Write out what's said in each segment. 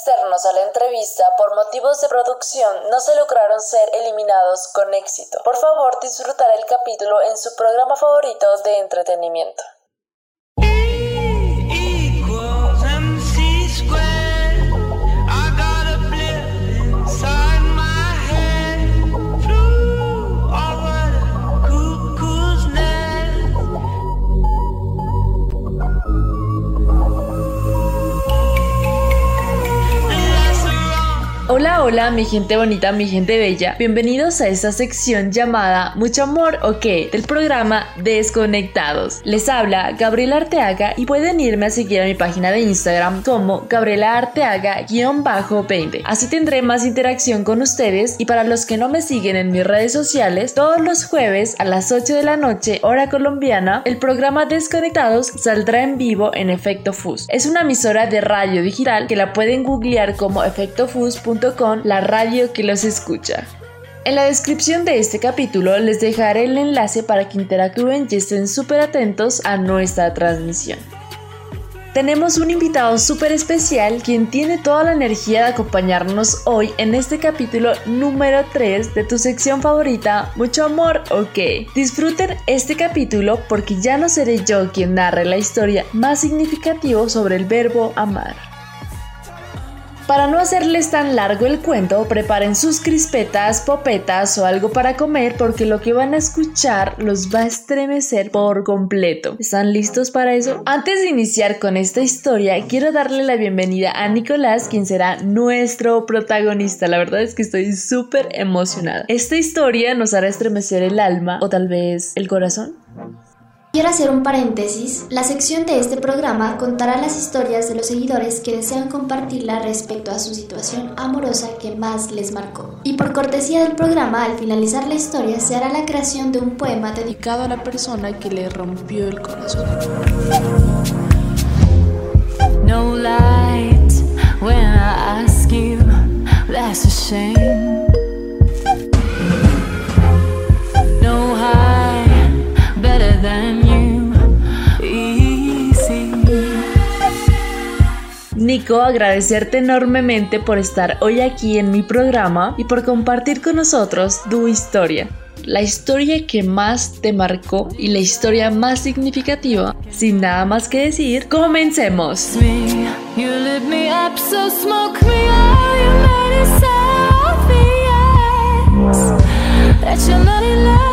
externos a la entrevista por motivos de producción no se lograron ser eliminados con éxito. Por favor, disfrutar el capítulo en su programa favorito de entretenimiento. Hola, mi gente bonita, mi gente bella. Bienvenidos a esta sección llamada Mucho Amor o qué, del programa Desconectados. Les habla Gabriela Arteaga y pueden irme a seguir a mi página de Instagram como Gabriela Arteaga_20. Así tendré más interacción con ustedes, y para los que no me siguen en mis redes sociales, todos los jueves a las 8 de la noche, hora colombiana, el programa Desconectados saldrá en vivo en Efecto Fus. Es una emisora de radio digital que la pueden googlear como efectofus.com, la radio que los escucha. En la descripción de este capítulo les dejaré el enlace para que interactúen y estén súper atentos a nuestra transmisión. Tenemos un invitado súper especial quien tiene toda la energía de acompañarnos hoy en este capítulo número 3 de tu sección favorita, Mucho Amor o qué. Disfruten este capítulo porque ya no seré yo quien narre la historia más significativa sobre el verbo amar. Para no hacerles tan largo el cuento, preparen sus crispetas, popetas o algo para comer porque lo que van a escuchar los va a estremecer por completo. ¿Están listos para eso? Antes de iniciar con esta historia, quiero darle la bienvenida a Nicolás, quien será nuestro protagonista. La verdad es que estoy súper emocionada. Esta historia nos hará estremecer el alma o tal vez el corazón. Quiero hacer un paréntesis. La sección de este programa contará las historias de los seguidores que desean compartirla respecto a su situación amorosa que más les marcó. Y por cortesía del programa, al finalizar la historia, se hará la creación de un poema dedicado a la persona que le rompió el corazón. No light when I ask you, that's a shame. No high, better than you. Easy. Nico, agradecerte enormemente por estar hoy aquí en mi programa y por compartir con nosotros tu historia. La historia que más te marcó y la historia más significativa. Sin nada más que decir, comencemos. You lit me up, so smoke me out. You made it so obvious that you're not in love.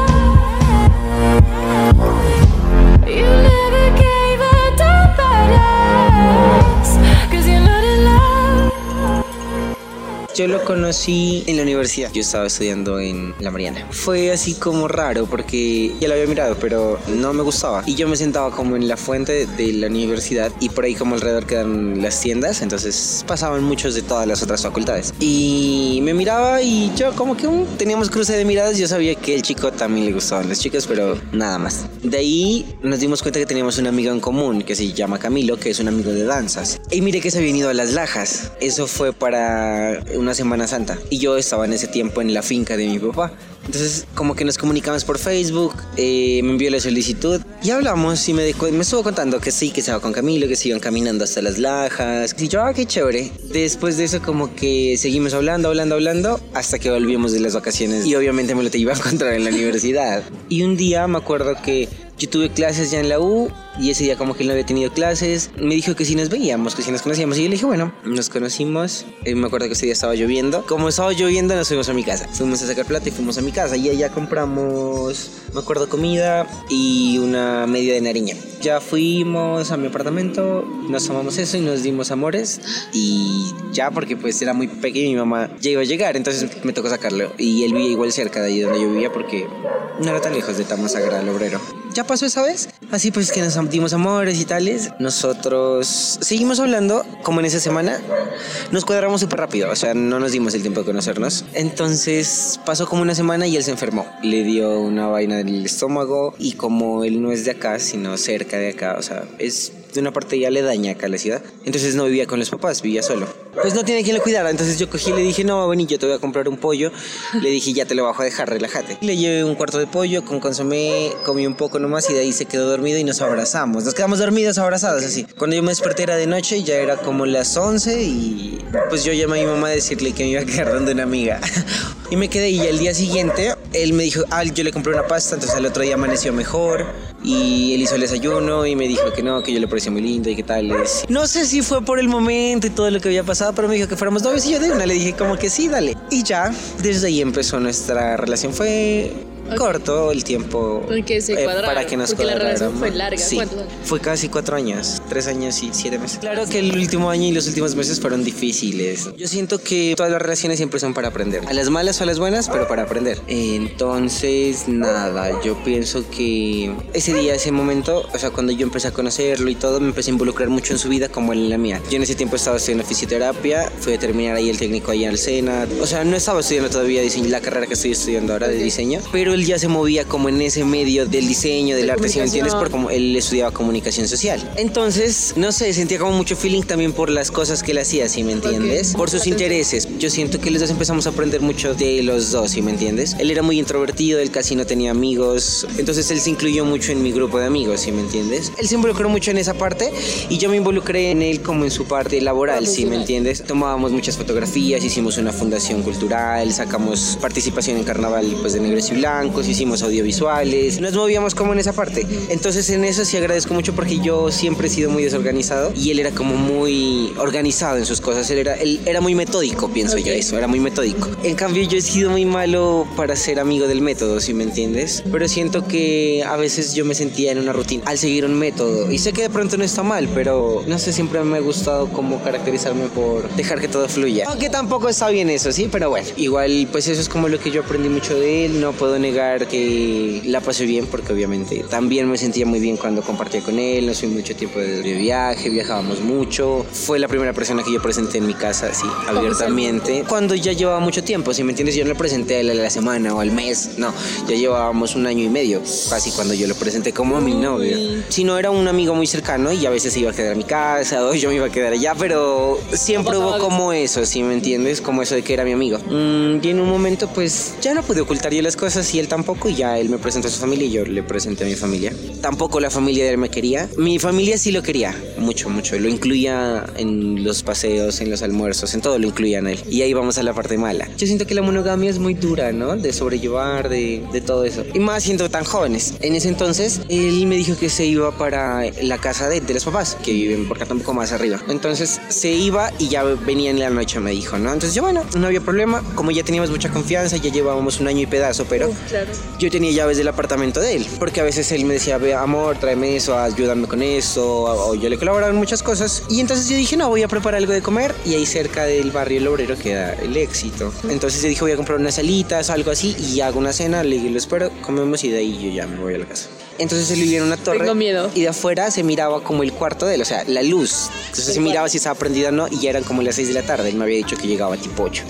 You never gave a damn about us, 'cause you're not in love. Yo lo conocí en la universidad. Yo estaba estudiando en La Mariana. Fue así como raro porque ya lo había mirado, pero no me gustaba. Y yo me sentaba como en la fuente de la universidad y por ahí como alrededor quedan las tiendas. Entonces pasaban muchos de todas las otras facultades. Y me miraba y yo como que teníamos cruce de miradas. Yo sabía que el chico también le gustaban las chicas, pero nada más. De ahí nos dimos cuenta que teníamos un amigo en común que se llama Camilo, que es un amigo de danzas. Y miré que se habían ido a Las Lajas. Eso fue para una Semana Santa y yo estaba en ese tiempo en la finca de mi papá. Entonces como que nos comunicamos por Facebook, me envió la solicitud y hablamos y me estuvo contando que sí, que se va con Camilo, que se iban caminando hasta Las Lajas. Y yo, qué chévere. Después de eso como que seguimos hablando hasta que volvimos de las vacaciones y obviamente me lo te iba a encontrar en la universidad. Y un día me acuerdo que yo tuve clases ya en la U y ese día como que él no había tenido clases. Me dijo que si nos veíamos, que si nos conocíamos. Y yo le dije, bueno, nos conocimos. Me acuerdo que ese día estaba lloviendo. Como estaba lloviendo, nos fuimos a mi casa. Fuimos a sacar plata y fuimos a mi casa. Y allá compramos, me acuerdo, comida y una media de nariña. Ya fuimos a mi apartamento, nos tomamos eso y nos dimos amores. Y ya, porque pues era muy pequeño y mi mamá ya iba a llegar. Entonces me tocó sacarlo. Y él vivía igual cerca de ahí donde yo vivía porque no era tan lejos de Tamasagra al Obrero. Ya pasó esa vez. Así pues que nos dimos amores y tales. Nosotros seguimos hablando como en esa semana. Nos cuadramos súper rápido, o sea, no nos dimos el tiempo de conocernos. Entonces pasó como una semana y él se enfermó. Le dio una vaina del estómago y como él no es de acá, sino cerca de acá, o sea, es de una parte aledaña acá a la ciudad. Entonces no vivía con los papás, vivía solo. Pues no tenía quien lo cuidara, entonces yo cogí y le dije, no, vení, yo te voy a comprar un pollo. Le dije, ya te lo bajo a dejar, relájate. Le llevé un cuarto de pollo con consomé, comí un poco nomás y de ahí se quedó dormido y nos abrazamos. Nos quedamos dormidos, abrazados así. Cuando yo me desperté era de noche y ya era como las 11 y pues yo llamé a mi mamá a decirle que me iba a quedar donde una amiga. Y me quedé y al día siguiente él me dijo, yo le compré una pasta, entonces al otro día amaneció mejor. Y él hizo el desayuno y me dijo que no, que yo le parecía muy lindo y que tales. No sé si fue por el momento y todo lo que había pasado, pero me dijo que fuéramos novios y yo de una le dije como que sí, dale. Y ya, desde ahí empezó nuestra relación. Fue corto el tiempo que se para que nos porque la cuadraramos. relación fue larga. Sí, ¿Cuántos años? fue casi 4 años, 3 años y 7 meses. Claro que el último año y los últimos meses fueron difíciles. Yo siento que todas las relaciones siempre son para aprender, a las malas o a las buenas, pero para aprender. Entonces nada, yo pienso que ese día, ese momento, o sea, cuando yo empecé a conocerlo y todo, me empecé a involucrar mucho en su vida como él en la mía. Yo en ese tiempo estaba estudiando fisioterapia, fui a terminar ahí el técnico allá al SENA. O sea, no estaba estudiando todavía diseño, la carrera que estoy estudiando ahora de diseño, pero él ya se movía como en ese medio del diseño, del arte, si me entiendes, por como él estudiaba comunicación social. Entonces, no sé, sentía como mucho feeling también por las cosas que él hacía, si me entiendes, por sus intereses. Yo siento que los dos empezamos a aprender mucho de los dos, si me entiendes. Él era muy introvertido, él casi no tenía amigos, entonces él se incluyó mucho en mi grupo de amigos, si me entiendes. Él se involucró mucho en esa parte y yo me involucré en él como en su parte laboral, si me entiendes. Tomábamos muchas fotografías, hicimos una fundación cultural, sacamos participación en carnaval pues de negros y blancos, hicimos audiovisuales, nos movíamos como en esa parte. Entonces en eso sí agradezco mucho porque yo siempre he sido muy desorganizado y él era como muy organizado en sus cosas. Él era muy metódico, pienso yo eso, era muy metódico. En cambio yo he sido muy malo para ser amigo del método, si me entiendes. Pero siento que a veces yo me sentía en una rutina al seguir un método y sé que de pronto no está mal, pero no sé, siempre me ha gustado como caracterizarme por dejar que todo fluya. Aunque tampoco está bien eso, sí, pero bueno, igual pues eso es como lo que yo aprendí mucho de él. No puedo negar que la pasé bien porque obviamente también me sentía muy bien cuando compartía con él. Nos fuimos mucho tiempo de viaje, viajábamos mucho. Fue la primera persona que yo presenté en mi casa así abiertamente cuando ya llevaba mucho tiempo, si me entiendes. Yo no lo presenté a él a la semana o al mes, no, ya llevábamos 1 año y medio casi cuando yo lo presenté como a mi novio. Si no, era un amigo muy cercano y a veces se iba a quedar a mi casa o yo me iba a quedar allá, pero siempre hubo como eso, si me entiendes, como eso de que era mi amigo. Y en un momento pues ya no pude ocultar yo las cosas y él tampoco, y ya él me presentó a su familia y yo le presenté a mi familia. Tampoco la familia de él me quería. Mi familia sí lo quería, mucho, mucho. Lo incluía en los paseos, en los almuerzos, en todo lo incluían a él. Y ahí vamos a la parte mala. Yo siento que la monogamia es muy dura, ¿no? De sobrellevar, de todo eso. Y más siendo tan jóvenes. En ese entonces, él me dijo que se iba para la casa de los papás, que viven por acá un poco más arriba. Entonces, se iba y ya venía en la noche, me dijo, ¿no? Entonces yo, bueno, no había problema. Como ya teníamos mucha confianza, ya llevábamos 1 año y pedazo, pero claro, yo tenía llaves del apartamento de él, porque a veces él me decía, ve, amor, tráeme eso, ayúdame con eso, o yo le colaboraba en muchas cosas. Y entonces yo dije, no, voy a preparar algo de comer, y ahí cerca del barrio El Obrero queda El Éxito. Entonces yo dije, voy a comprar unas salitas o algo así, y hago una cena, le digo, lo espero, comemos, y de ahí yo ya me voy a la casa. Entonces él vivía en una torre. Tengo miedo. Y de afuera se miraba como el cuarto de él, o sea, la luz. Entonces se miraba si estaba prendida o no, y ya eran como las 6 de la tarde. Él me había dicho que llegaba tipo 8.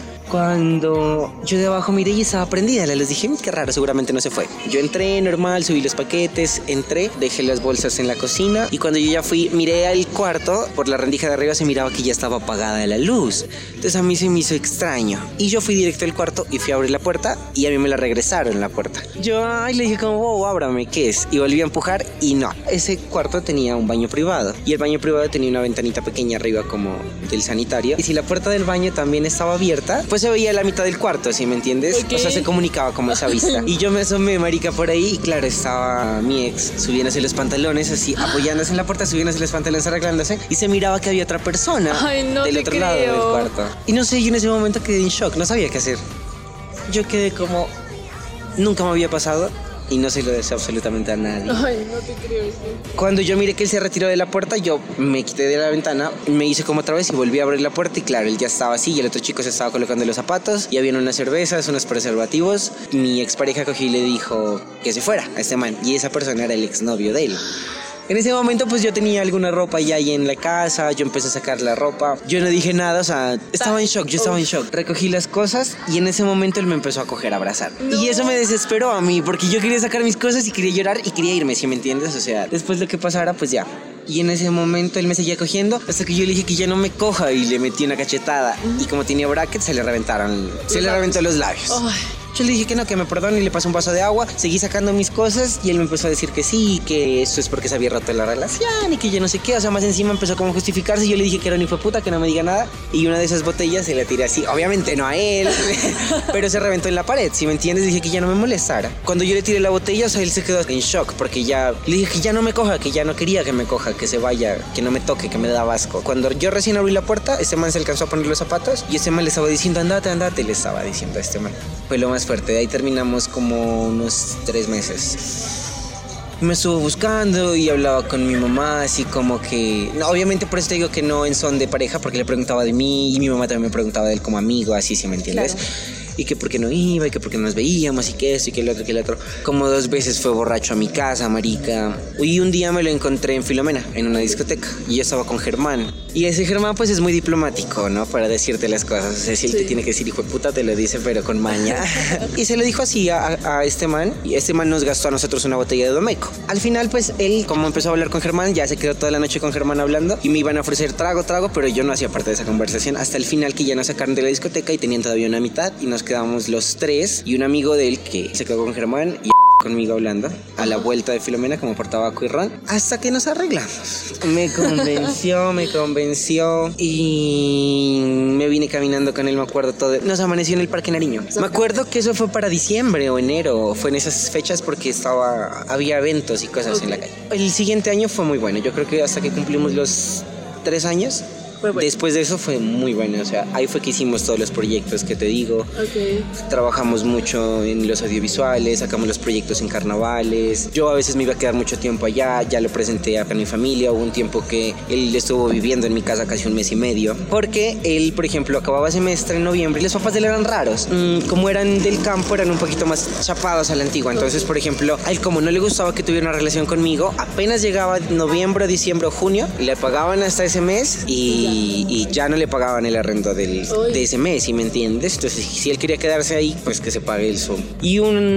Cuando yo de abajo miré y estaba prendida, les dije, qué raro, seguramente no se fue. Yo entré normal, subí los paquetes, entré, dejé las bolsas en la cocina, y cuando yo ya fui, miré al cuarto, por la rendija de arriba se miraba que ya estaba apagada la luz. Entonces a mí se me hizo extraño. Y yo fui directo al cuarto y fui a abrir la puerta, y a mí me la regresaron la puerta. Yo le dije como, wow, ábrame, ¿qué es? Y volví a empujar y no. Ese cuarto tenía un baño privado, y el baño privado tenía una ventanita pequeña arriba como del sanitario. Y si la puerta del baño también estaba abierta, pues se veía la mitad del cuarto, ¿sí me entiendes? Okay. O sea, se comunicaba como esa vista. Y yo me asomé, marica, por ahí, y claro, estaba mi ex subiéndose los pantalones, así, apoyándose en la puerta, subiéndose los pantalones, arreglándose, y se miraba que había otra persona del otro lado del cuarto. Y no sé, yo en ese momento quedé en shock, no sabía qué hacer. Yo quedé como, nunca me había pasado, y no se lo deseo absolutamente a nadie. Ay, no te creo. Sí. Cuando yo miré que él se retiró de la puerta, yo me quité de la ventana, me hice como otra vez y volví a abrir la puerta, y claro, él ya estaba así, y el otro chico se estaba colocando los zapatos, y habían unas cervezas, unos preservativos. Mi expareja cogió y le dijo que se fuera a este man, y esa persona era el exnovio de él. En ese momento pues yo tenía alguna ropa ya ahí en la casa, yo empecé a sacar la ropa, yo no dije nada, o sea, estaba en shock, yo estaba en shock. Recogí las cosas y en ese momento él me empezó a coger, a abrazar. Y eso me desesperó a mí, porque yo quería sacar mis cosas y quería llorar y quería irme, ¿sí me entiendes? O sea, después de lo que pasara, pues ya. Y en ese momento él me seguía cogiendo hasta que yo le dije que ya no me coja y le metí una cachetada. Y como tenía brackets, se le reventó los labios. Yo le dije que no, que me perdone y le pasé un vaso de agua. Seguí sacando mis cosas y él me empezó a decir que sí, que eso es porque se había roto la relación y que yo no sé qué. O sea, más encima empezó como a justificarse y yo le dije que era un hijo de puta, que no me diga nada. Y una de esas botellas se la tiré así, obviamente no a él, pero se reventó en la pared, ¿sí me entiendes? Dije que ya no me molestara. Cuando yo le tiré la botella, o sea, él se quedó en shock porque ya le dije que ya no me coja, que ya no quería que me coja, que se vaya, que no me toque, que me da asco. Cuando yo recién abrí la puerta, este man se alcanzó a poner los zapatos y este man le estaba diciendo, andate, le estaba diciendo a este man. Fue lo más fuerte, de ahí terminamos como unos 3 meses. Me estuvo buscando y hablaba con mi mamá, así como que... No, obviamente por eso te digo que no en son de pareja, porque le preguntaba de mí y mi mamá también me preguntaba de él como amigo, así, ¿sí me entiendes? Claro. Y que por qué no iba, y que por qué no nos veíamos, y que esto, y que el otro, que el otro. Como 2 veces fue borracho a mi casa, marica. Y un día me lo encontré en Filomena, en una discoteca, y yo estaba con Germán. Y ese Germán pues es muy diplomático, ¿no? Para decirte las cosas. O sea, si él te tiene que decir hijo de puta, te lo dice, pero con maña. Y se lo dijo así a este man, y este man nos gastó a nosotros una botella de Domeco. Al final pues él, como empezó a hablar con Germán, ya se quedó toda la noche con Germán hablando, y me iban a ofrecer trago, pero yo no hacía parte de esa conversación. Hasta el final, que ya nos sacaron de la discoteca y tenían todavía una mitad, y nos quedamos los 3 y un amigo de él que se quedó con Germán y conmigo hablando a la vuelta de Filomena como por tabaco y ron, hasta que nos arreglamos. Me convenció y me vine caminando con él, me acuerdo todo. Nos amaneció en el Parque Nariño. Me acuerdo que eso fue para diciembre o enero, fue en esas fechas porque había eventos y cosas en la calle. El siguiente año fue muy bueno, yo creo que hasta que cumplimos los 3 años. Bueno. Después de eso fue muy bueno, o sea, ahí fue que hicimos todos los proyectos que te digo. Trabajamos mucho en los audiovisuales, sacamos los proyectos en carnavales. Yo a veces me iba a quedar mucho tiempo allá, ya lo presenté a mi familia. Hubo un tiempo que él estuvo viviendo en mi casa casi 1 mes y medio, porque él, por ejemplo, acababa semestre en noviembre y los papás de él eran raros. Como eran del campo, eran un poquito más chapados a la antigua. Entonces, por ejemplo, a él como no le gustaba que tuviera una relación conmigo, apenas llegaba noviembre, diciembre o junio, le pagaban hasta ese mes y ya no le pagaban el arrendo de ese mes, ¿sí me entiendes? Entonces, si él quería quedarse ahí, pues que se pague el Zoom. Y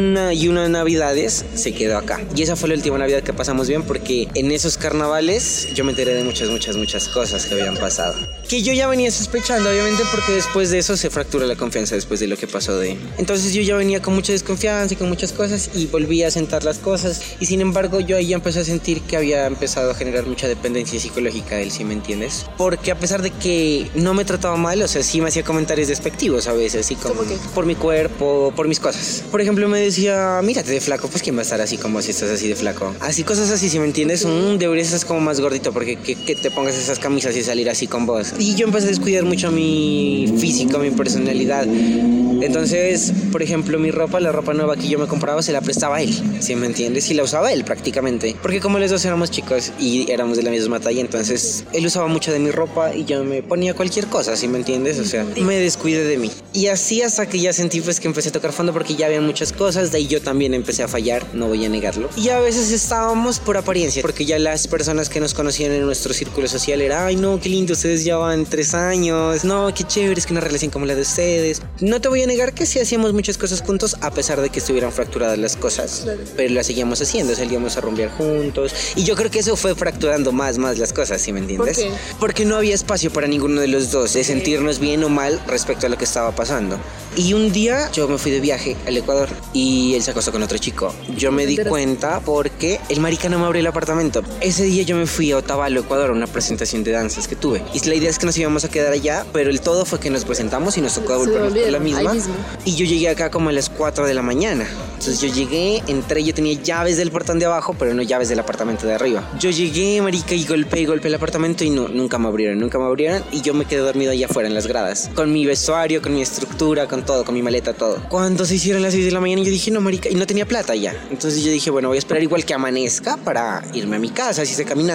una Navidades se quedó acá. Y esa fue la última Navidad que pasamos bien, porque en esos carnavales yo me enteré de muchas cosas que habían pasado. Que yo ya venía sospechando, obviamente, porque después de eso se fracturó la confianza después de lo que pasó de... Entonces yo ya venía con mucha desconfianza y con muchas cosas y volví a sentar las cosas. Y sin embargo, yo ahí empecé a sentir que había empezado a generar mucha dependencia psicológica de él, ¿sí me entiendes? Porque a pesar de que no me trataba mal, o sea, sí me hacía comentarios despectivos a veces, así como por mi cuerpo, por mis cosas. Por ejemplo, me decía, mírate de flaco, pues ¿quién va a estar así como si estás así de flaco? Así, cosas así, ¿sí me entiendes? Deberías estar como más gordito, porque que te pongas esas camisas y salir así con vos. Y yo empecé a descuidar mucho mi físico, mi personalidad. Entonces, por ejemplo, la ropa nueva que yo me compraba se la prestaba a él, ¿sí me entiendes? Y la usaba él prácticamente, porque como los dos éramos chicos y éramos de la misma talla, entonces él usaba mucho de mi ropa y yo me ponía cualquier cosa, ¿sí me entiendes? O sea, me descuidé de mí. Y así hasta que ya sentí pues que empecé a tocar fondo, porque ya había muchas cosas, de ahí yo también empecé a fallar, no voy a negarlo. Y a veces estábamos por apariencia, porque ya las personas que nos conocían en nuestro círculo social era, ay no, qué lindo, ustedes ya van 3 años, no, qué chévere, es que una relación como la de ustedes. No te voy a negar que sí hacíamos muchas cosas juntos, a pesar de que estuvieran fracturadas las cosas, claro. Pero las seguíamos haciendo, salíamos a rumbear juntos, y yo creo que eso fue fracturando más las cosas, ¿sí me entiendes? ¿Por qué? Porque no había espacio para ninguno de los dos, de sentirnos bien o mal respecto a lo que estaba pasando. Y un día yo me fui de viaje al Ecuador y él se acostó con otro chico. Yo me di cuenta porque el marica no me abrió el apartamento. Ese día yo me fui a Otavalo, Ecuador, a una presentación de danzas que tuve. Y la idea es que nos íbamos a quedar allá, pero el todo fue que nos presentamos y nos tocó volvernos por la misma. Y yo llegué acá como a las 4 de la mañana. Entonces yo llegué, entré, yo tenía llaves del portón de abajo, pero no llaves del apartamento de arriba. Yo llegué, marica, y golpeé el apartamento y nunca me abrieron. Y yo me quedé dormido allá afuera en las gradas, con mi vestuario, con mi estructura, con todo, con mi maleta, todo. Cuando se hicieron las 6 de la mañana, yo dije, no, marica, y no tenía plata ya. Entonces yo dije, bueno, voy a esperar igual que amanezca para irme a mi casa, así estoy caminando.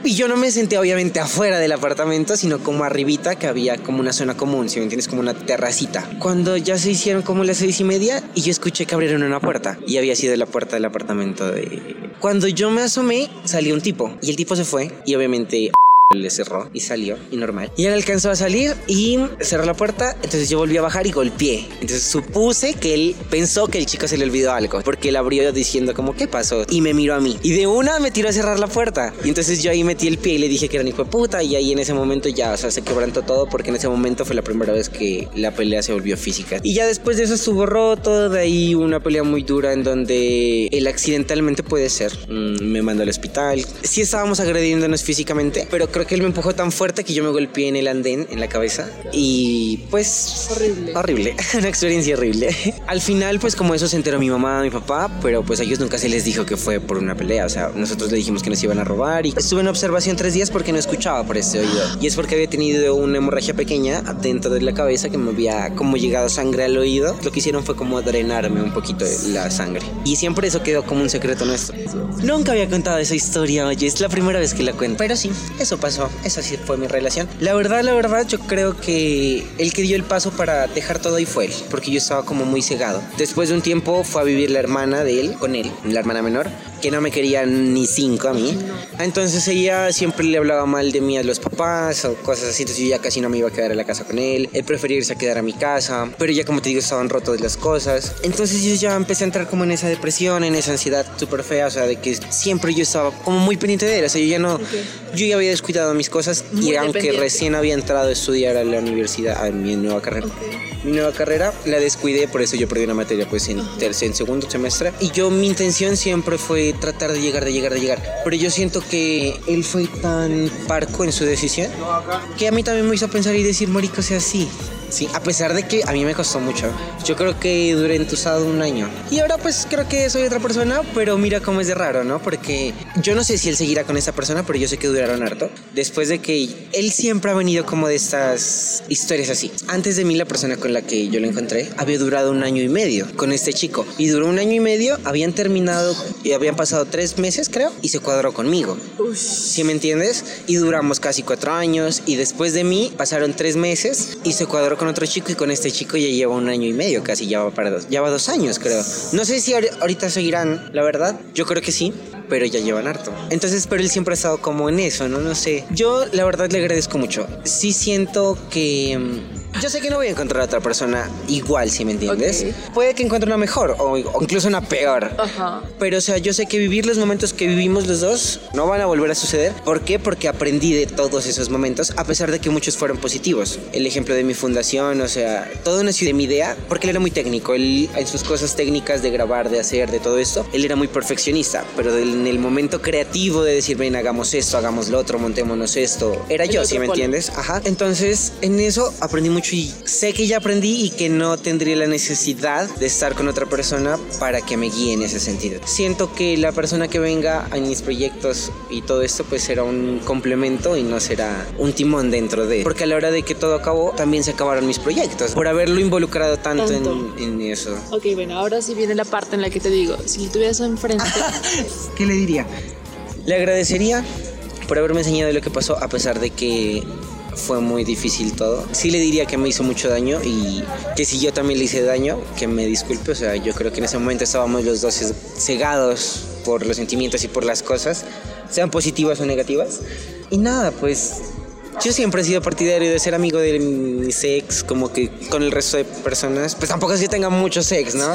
Y yo no me senté obviamente afuera del apartamento, sino como arribita, que había como una zona común, si me entiendes, como una terracita. Cuando ya se hicieron como las 6:30 y yo escuché que abrieron una puerta y había sido la puerta del apartamento de... Cuando yo me asomé, salió un tipo y el tipo se fue y obviamente... le cerró y salió y normal. Y él alcanzó a salir y cerró la puerta. Entonces yo volví a bajar y golpeé. Entonces supuse que él pensó que el chico se le olvidó algo, porque él abrió diciendo como ¿qué pasó? Y me miró a mí y de una me tiró a cerrar la puerta. Y entonces yo ahí metí el pie y le dije que era un hijo de puta. Y ahí en ese momento ya, o sea, se quebrantó todo, porque en ese momento fue la primera vez que la pelea se volvió física. Y ya después de eso estuvo roto. De ahí una pelea muy dura en donde él accidentalmente, puede ser, me mandó al hospital. Sí estábamos agrediéndonos físicamente, pero creo que él me empujó tan fuerte que yo me golpeé en el andén, en la cabeza. Y pues... Horrible. Una experiencia horrible. Al final, pues como eso se enteró mi mamá, mi papá, pero pues a ellos nunca se les dijo que fue por una pelea. O sea, nosotros le dijimos que nos iban a robar y estuve en observación 3 días porque no escuchaba por este oído. Y es porque había tenido una hemorragia pequeña dentro de la cabeza que me había como llegado sangre al oído. Lo que hicieron fue como drenarme un poquito la sangre. Y siempre eso quedó como un secreto nuestro. Nunca había contado esa historia, oye, es la primera vez que la cuento. Pero sí, eso pasó. Esa sí fue mi relación. La verdad, yo creo que el que dio el paso para dejar todo ahí fue él, porque yo estaba como muy cegado. Después de un tiempo fue a vivir la hermana de él con él, la hermana menor, que no me quería ni 5 a mí. Entonces ella siempre le hablaba mal de mí a los papás o cosas así. Entonces yo ya casi no me iba a quedar en la casa con él. Él prefería irse a quedar a mi casa, pero ya, como te digo, estaban rotas las cosas. Entonces yo ya empecé a entrar como en esa depresión, en esa ansiedad súper fea. O sea, de que siempre yo estaba como muy pendiente de él. O sea, yo ya no... Yo ya había descuidado mis cosas. Muy y aunque recién había entrado a estudiar a la universidad, a mi nueva carrera. Mi nueva carrera la descuidé, por eso yo perdí una materia pues en segundo semestre. Y yo, mi intención siempre fue tratar de llegar. Pero yo siento que él fue tan parco en su decisión que a mí también me hizo pensar y decir, marico, sea así. Sí, a pesar de que a mí me costó mucho. Yo creo que duré entusado 1 año. Y ahora pues creo que soy otra persona, pero mira cómo es de raro, ¿no? Porque yo no sé si él seguirá con esa persona, pero yo sé que duraron harto. Después de que él siempre ha venido como de estas historias así. Antes de mí, la persona con la que yo lo encontré había durado 1 año y medio con este chico. Y duró 1 año y medio, habían terminado y habían pasado 3 meses, creo, y se cuadró conmigo. ¿Sí me entiendes? Y duramos casi 4 años. Y después de mí pasaron 3 meses y se cuadró con otro chico, y con este chico ya lleva 1 año y medio, casi ya va 2 años, creo. No sé si ahorita seguirán, la verdad. Yo creo que sí, pero ya llevan harto. Entonces, pero él siempre ha estado como en eso, ¿no? No sé. Yo, la verdad, le agradezco mucho. Sí siento que... yo sé que no voy a encontrar a otra persona igual, si me entiendes. Okay. Puede que encuentre una mejor o incluso una peor. Pero, o sea, yo sé que vivir los momentos que vivimos los dos no van a volver a suceder. ¿Por qué? Porque aprendí de todos esos momentos, a pesar de que muchos fueron positivos. El ejemplo de mi fundación, o sea, todo nació de mi idea, porque él era muy técnico. Él, en sus cosas técnicas de grabar, de hacer, de todo esto, él era muy perfeccionista. Pero en el momento creativo de decir, ven, hagamos esto, hagamos lo otro, montémonos esto, era yo, ¿sí me entiendes? Ajá. Entonces, en eso aprendí mucho. Y sé que ya aprendí y que no tendría la necesidad de estar con otra persona para que me guíe en ese sentido. Siento que la persona que venga a mis proyectos y todo esto pues será un complemento y no será un timón dentro de... Porque a la hora de que todo acabó, también se acabaron mis proyectos por haberlo involucrado tanto. En eso. Ok, bueno, ahora sí viene la parte en la que te digo, si tuvieras enfrente... ¿Qué le diría? Le agradecería por haberme enseñado lo que pasó, a pesar de que fue muy difícil todo. Sí le diría que me hizo mucho daño y que si yo también le hice daño, que me disculpe. O sea, yo creo que en ese momento estábamos los dos cegados por los sentimientos y por las cosas, sean positivas o negativas. Y nada, pues yo siempre he sido partidario de ser amigo de mis ex, como que con el resto de personas. Pues tampoco es que tenga muchos ex, ¿no?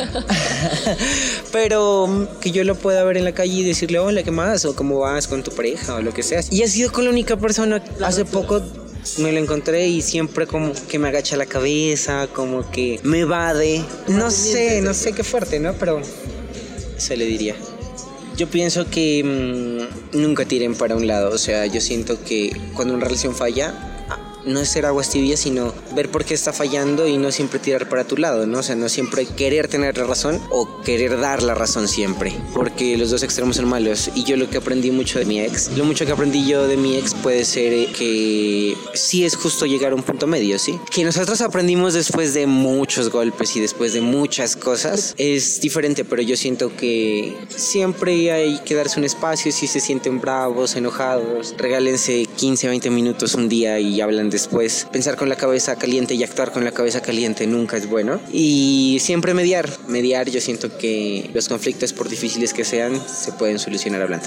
Pero que yo lo pueda ver en la calle y decirle, hola, ¿qué más? O cómo vas con tu pareja o lo que sea. Y ha sido con la única persona. Hace poco me lo encontré y siempre como que me agacha la cabeza, como que me evade. No sé qué fuerte, ¿no? Pero eso le diría. Yo pienso que nunca tiren para un lado. O sea, yo siento que cuando una relación falla, no es ser aguas tibias, sino ver por qué está fallando y no siempre tirar para tu lado, ¿no? O sea, no siempre querer tener la razón o querer dar la razón siempre, porque los dos extremos son malos. Y yo lo que aprendí mucho de mi ex, lo mucho que aprendí yo de mi ex puede ser que sí es justo llegar a un punto medio, ¿sí? Que nosotros aprendimos después de muchos golpes y después de muchas cosas es diferente, pero yo siento que siempre hay que darse un espacio. Si se sienten bravos, enojados, regálense 15, 20 minutos un día y hablan después. Pensar con la cabeza caliente y actuar con la cabeza caliente nunca es bueno. Y siempre mediar, yo siento que los conflictos, por difíciles que sean, se pueden solucionar hablando.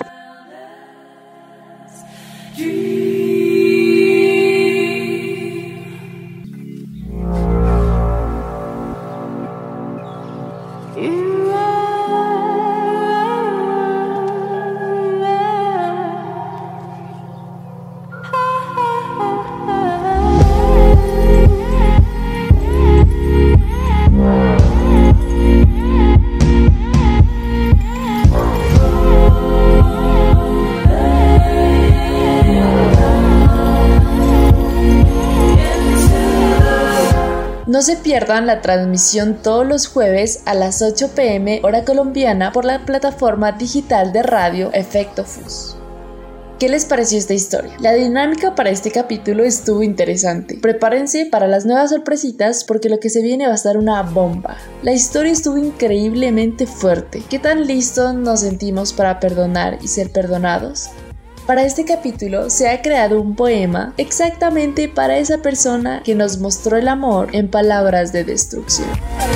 No se pierdan la transmisión todos los jueves a las 8 p.m. hora colombiana por la plataforma digital de radio Efecto Fus. ¿Qué les pareció esta historia? La dinámica para este capítulo estuvo interesante. Prepárense para las nuevas sorpresitas porque lo que se viene va a estar una bomba. La historia estuvo increíblemente fuerte. ¿Qué tan listos nos sentimos para perdonar y ser perdonados? Para este capítulo se ha creado un poema exactamente para esa persona que nos mostró el amor en palabras de destrucción.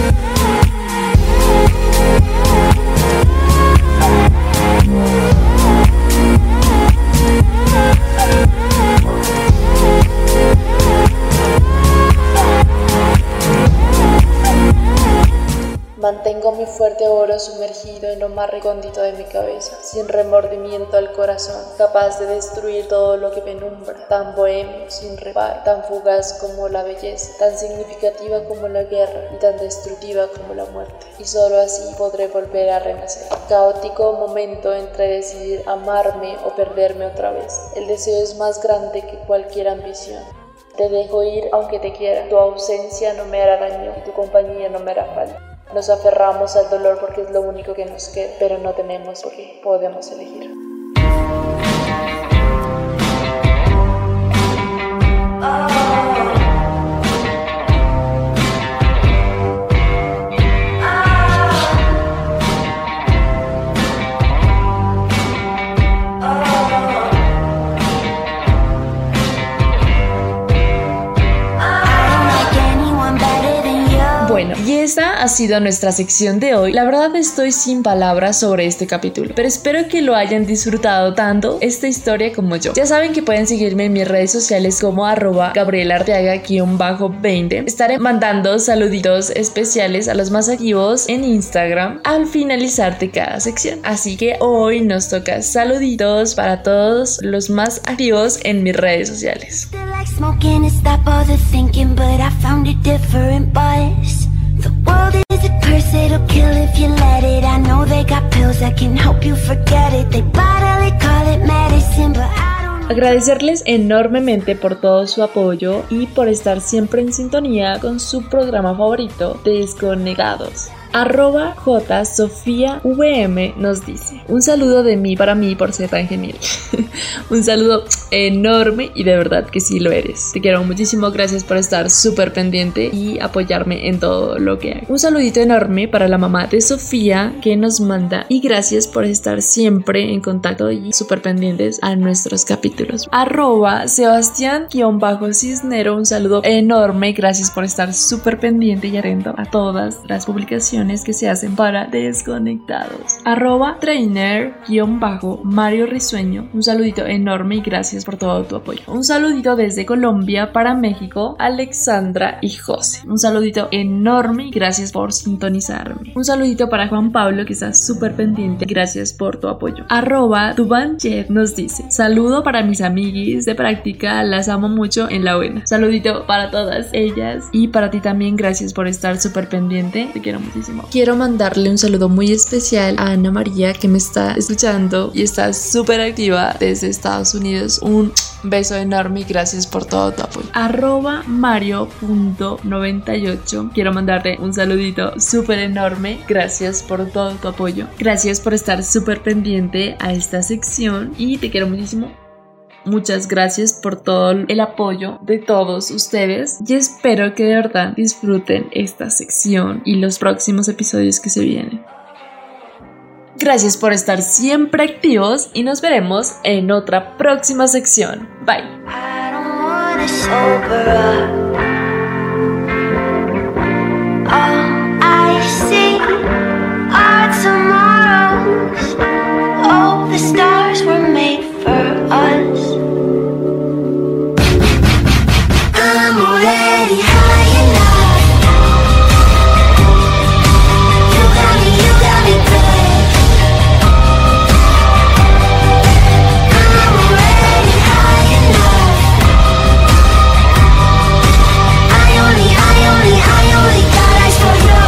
Mantengo mi fuerte oro sumergido en lo más recóndito de mi cabeza, sin remordimiento al corazón, capaz de destruir todo lo que penumbra, tan bohemio, sin reparo, tan fugaz como la belleza, tan significativa como la guerra y tan destructiva como la muerte. Y solo así podré volver a renacer. Caótico momento entre decidir amarme o perderme otra vez. El deseo es más grande que cualquier ambición. Te dejo ir aunque te quiera, tu ausencia no me hará daño y tu compañía no me hará falta. Nos aferramos al dolor porque es lo único que nos queda, pero no tenemos por qué, podemos elegir. Bueno, y esta ha sido nuestra sección de hoy. La verdad estoy sin palabras sobre este capítulo, pero espero que lo hayan disfrutado tanto esta historia como yo. Ya saben que pueden seguirme en mis redes sociales como @GabrielaArteaga_20. Estaré mandando saluditos especiales a los más activos en Instagram al finalizar de cada sección. Así que hoy nos toca saluditos para todos los más activos en mis redes sociales. Smoking to stop all the thinking, but I found a different buzz. The world is a curse, it'll kill if you let it. I know they got pills that can help you forget it. They bottle it, call it medicine, but I don't know. Agradecerles enormemente por todo su apoyo y por estar siempre en sintonía con su programa favorito, Desconectados. @JSofiaVM nos dice: un saludo de mí para mí por ser tan genial. Un saludo enorme y de verdad que sí lo eres. Te quiero muchísimo, gracias por estar súper pendiente y apoyarme en todo lo que hago. Un saludito enorme para la mamá de Sofía que nos manda y gracias por estar siempre en contacto y súper pendientes a nuestros capítulos. @Sebastián_Cisnero, un saludo enorme, gracias por estar súper pendiente y atento a todas las publicaciones que se hacen para Desconectados. @trainer_Mario Risueño, un saludito enorme y gracias por todo tu apoyo. Un saludito desde Colombia para México, Alexandra y José. Un saludito enorme y gracias por sintonizarme. Un saludito para Juan Pablo que está súper pendiente, gracias por tu apoyo. @Tubanjet nos dice: saludo para mis amiguis de práctica, las amo mucho en la buena. Saludito para todas ellas y para ti también, gracias por estar súper pendiente, te quiero muchísimo. muchísimo. Quiero mandarle un saludo muy especial a Ana María, que me está escuchando y está súper activa desde Estados Unidos. Un beso enorme y gracias por todo tu apoyo. @mario.98. Quiero mandarte un saludito súper enorme. Gracias por todo tu apoyo. Gracias por estar súper pendiente a esta sección y te quiero muchísimo. Muchas gracias por todo el apoyo de todos ustedes y espero que de verdad disfruten esta sección y los próximos episodios que se vienen. Gracias por estar siempre activos y nos veremos en otra próxima sección. Bye. I don't wanna sober up. All I see are tomorrows. Oh, the stars were made for us. I'm already high enough. You got me back. I'm already high enough. I only got eyes for you.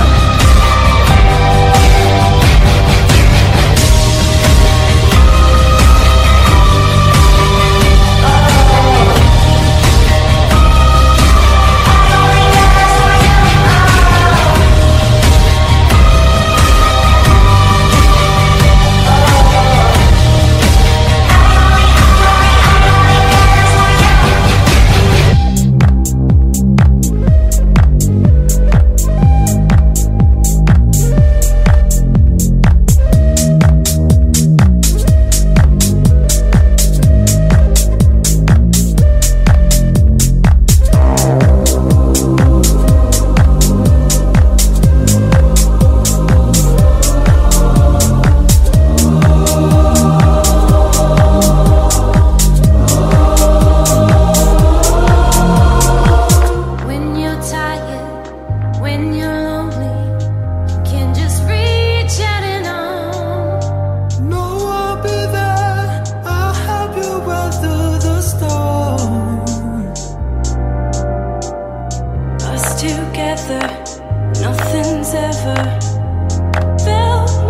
Together, nothing's ever felt